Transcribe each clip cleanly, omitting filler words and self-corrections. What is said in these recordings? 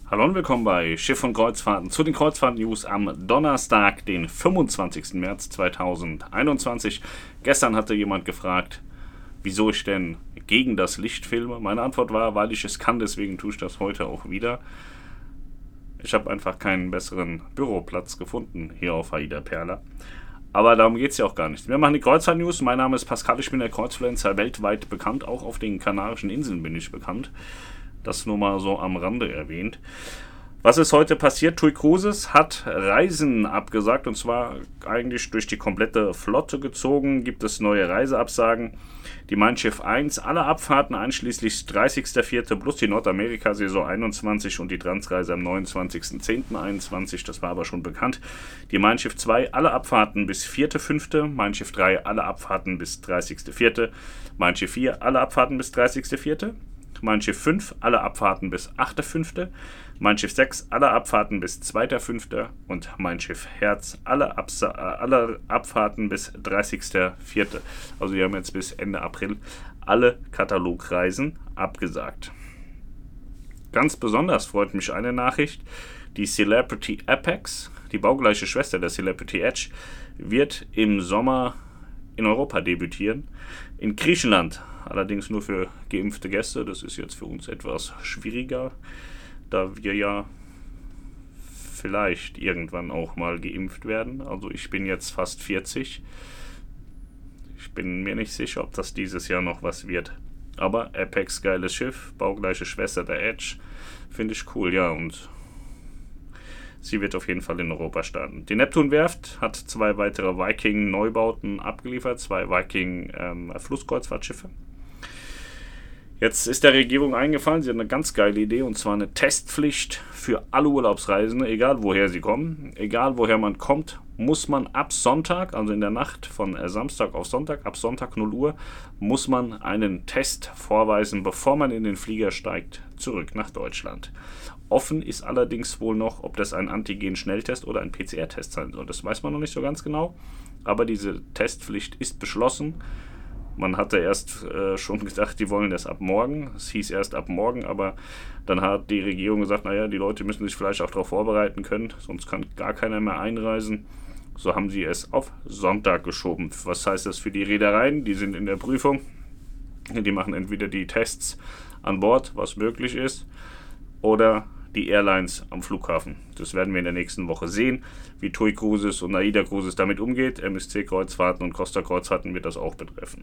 Hallo und willkommen bei Schiff und Kreuzfahrten zu den Kreuzfahrt-News am Donnerstag, den 25. März 2021. Gestern hatte jemand gefragt, wieso ich denn gegen das Licht filme. Meine Antwort war, weil ich es kann, deswegen tue ich das heute auch wieder. Ich habe einfach keinen besseren Büroplatz gefunden hier auf Aida Perla. Aber darum geht es ja auch gar nicht. Wir machen die Kreuzfahrt-News. Mein Name ist Pascal, ich bin der Kreuzfluencer, weltweit bekannt. Auch auf den Kanarischen Inseln bin ich bekannt. Das nur mal so am Rande erwähnt. Was ist heute passiert? TUI Cruises hat Reisen abgesagt und zwar eigentlich durch die komplette Flotte gezogen. Gibt es neue Reiseabsagen. Die Mein Schiff 1, alle Abfahrten einschließlich 30.04. plus die Nordamerika-Saison 21 und die Transreise am 29.10.21. Das war aber schon bekannt. Die Mein Schiff 2, alle Abfahrten bis 4.05. Mein Schiff 3, alle Abfahrten bis 30.04. Mein Schiff 4, alle Abfahrten bis 30.04. Mein Schiff 5, alle Abfahrten bis 8.5. Mein Schiff 6, alle Abfahrten bis 2.5. Und Mein Schiff Herz, alle Abfahrten bis 30.4. Also wir haben jetzt bis Ende April alle Katalogreisen abgesagt. Ganz besonders freut mich eine Nachricht. Die Celebrity Apex, die baugleiche Schwester der Celebrity Edge, wird im Sommer in Europa debütieren. In Griechenland, allerdings nur für geimpfte Gäste. Das ist jetzt für uns etwas schwieriger, da wir ja vielleicht irgendwann auch mal geimpft werden. Also ich bin jetzt fast 40. Ich bin mir nicht sicher, ob das dieses Jahr noch was wird. Aber Apex, geiles Schiff, baugleiche Schwester der Edge, finde ich cool, ja, und sie wird auf jeden Fall in Europa starten. Die Neptun-Werft hat 2 weitere Viking-Neubauten abgeliefert, 2 Viking-Flusskreuzfahrtschiffe. Jetzt ist der Regierung eingefallen, sie hat eine ganz geile Idee, und zwar eine Testpflicht für alle Urlaubsreisende, egal woher sie kommen. Egal woher man kommt, muss man ab Sonntag, also in der Nacht von Samstag auf Sonntag, ab Sonntag 0 Uhr, muss man einen Test vorweisen, bevor man in den Flieger steigt, zurück nach Deutschland. Offen ist allerdings wohl noch, ob das ein Antigen-Schnelltest oder ein PCR-Test sein soll. Das weiß man noch nicht so ganz genau, aber diese Testpflicht ist beschlossen. Man hatte erst schon gedacht, die wollen das ab morgen. Es hieß erst ab morgen, aber dann hat die Regierung gesagt, naja, die Leute müssen sich vielleicht auch darauf vorbereiten können, sonst kann gar keiner mehr einreisen. So haben sie es auf Sonntag geschoben. Was heißt das für die Reedereien? Die sind in der Prüfung. Die machen entweder die Tests an Bord, was möglich ist, oder die Airlines am Flughafen. Das werden wir in der nächsten Woche sehen, wie TUI Cruises und AIDA Cruises damit umgeht. MSC Kreuzfahrten und Costa Kreuzfahrten wird das auch betreffen.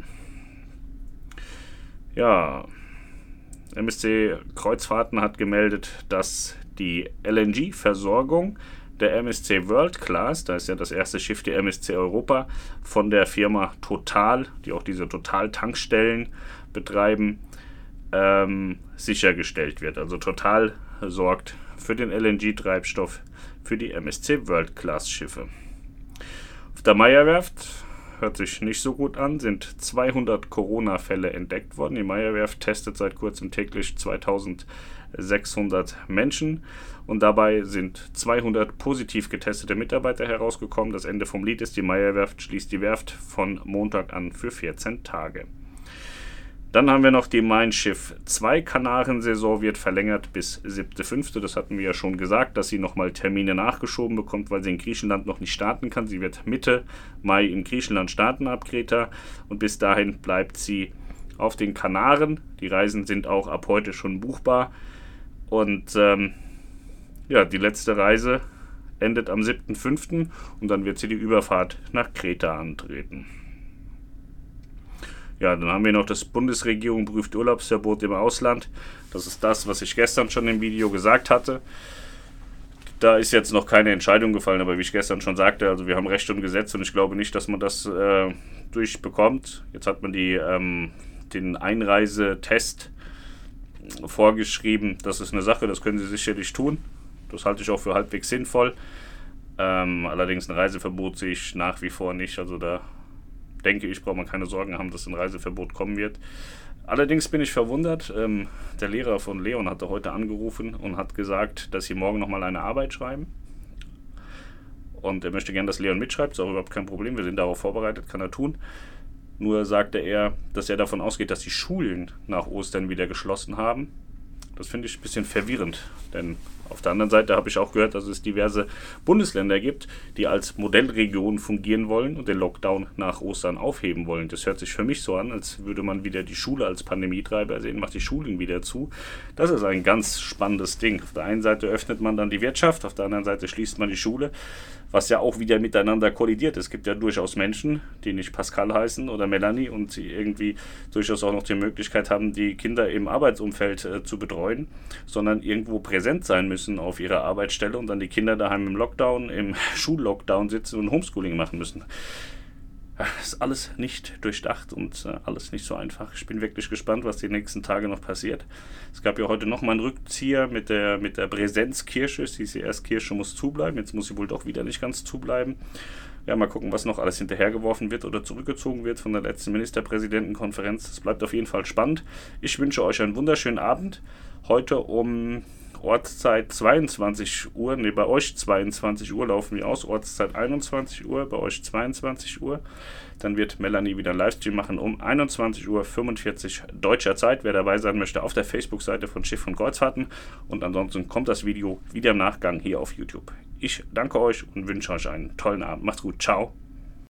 Ja, MSC Kreuzfahrten hat gemeldet, dass die LNG-Versorgung der MSC World Class, da ist ja das erste Schiff der MSC Europa, von der Firma Total, die auch diese Total-Tankstellen betreiben, sichergestellt wird. Also Total sorgt für den LNG-Treibstoff für die MSC World Class Schiffe. Auf der Meyer-Werft, hört sich nicht so gut an, sind 200 Corona-Fälle entdeckt worden. Die Meyer-Werft testet seit kurzem täglich 2600 Menschen und dabei sind 200 positiv getestete Mitarbeiter herausgekommen. Das Ende vom Lied ist, die Meyer-Werft schließt die Werft von Montag an für 14 Tage. Dann haben wir noch die Mein Schiff 2 Kanarensaison wird verlängert bis 7.5. Das hatten wir ja schon gesagt, dass sie nochmal Termine nachgeschoben bekommt, weil sie in Griechenland noch nicht starten kann. Sie wird Mitte Mai in Griechenland starten ab Kreta und bis dahin bleibt sie auf den Kanaren. Die Reisen sind auch ab heute schon buchbar und die letzte Reise endet am 7.5. und dann wird sie die Überfahrt nach Kreta antreten. Ja, dann haben wir noch das Bundesregierung prüft Urlaubsverbot im Ausland. Das ist das, was ich gestern schon im Video gesagt hatte. Da ist jetzt noch keine Entscheidung gefallen, aber wie ich gestern schon sagte, also wir haben Recht und Gesetz und ich glaube nicht, dass man das durchbekommt. Jetzt hat man den Einreisetest vorgeschrieben. Das ist eine Sache, das können sie sicherlich tun. Das halte ich auch für halbwegs sinnvoll. Allerdings ein Reiseverbot sehe ich nach wie vor nicht. Also da denke ich, braucht man keine Sorgen haben, dass ein Reiseverbot kommen wird. Allerdings bin ich verwundert. Der Lehrer von Leon hatte heute angerufen und hat gesagt, dass sie morgen nochmal eine Arbeit schreiben. Und er möchte gerne, dass Leon mitschreibt. Ist auch überhaupt kein Problem. Wir sind darauf vorbereitet, kann er tun. Nur sagte er, dass er davon ausgeht, dass die Schulen nach Ostern wieder geschlossen haben. Das finde ich ein bisschen verwirrend, denn Auf der anderen Seite habe ich auch gehört, dass es diverse Bundesländer gibt, die als Modellregion fungieren wollen und den Lockdown nach Ostern aufheben wollen. Das hört sich für mich so an, als würde man wieder die Schule als Pandemietreiber sehen, macht die Schulen wieder zu. Das ist ein ganz spannendes Ding. Auf der einen Seite öffnet man dann die Wirtschaft, auf der anderen Seite schließt man die Schule, was ja auch wieder miteinander kollidiert. Es gibt ja durchaus Menschen, die nicht Pascal heißen oder Melanie und sie irgendwie durchaus auch noch die Möglichkeit haben, die Kinder im Arbeitsumfeld zu betreuen, sondern irgendwo präsent sein müssen auf ihrer Arbeitsstelle und dann die Kinder daheim im Lockdown, im Schullockdown sitzen und Homeschooling machen müssen. Das ist alles nicht durchdacht und alles nicht so einfach. Ich bin wirklich gespannt, was die nächsten Tage noch passiert. Es gab ja heute nochmal einen Rückzieher mit der Präsenzkirche. Es hieß, die Erstkirche muss zubleiben. Jetzt muss sie wohl doch wieder nicht ganz zubleiben. Ja, mal gucken, was noch alles hinterhergeworfen wird oder zurückgezogen wird von der letzten Ministerpräsidentenkonferenz. Es bleibt auf jeden Fall spannend. Ich wünsche euch einen wunderschönen Abend. Heute um Ortszeit 22 Uhr, bei euch 22 Uhr laufen wir aus, Ortszeit 21 Uhr, bei euch 22 Uhr. Dann wird Melanie wieder einen Livestream machen um 21:45 Uhr deutscher Zeit. Wer dabei sein möchte, auf der Facebook-Seite von Schiff und Kreuzfahrten. Und ansonsten kommt das Video wieder im Nachgang hier auf YouTube. Ich danke euch und wünsche euch einen tollen Abend. Macht's gut. Ciao.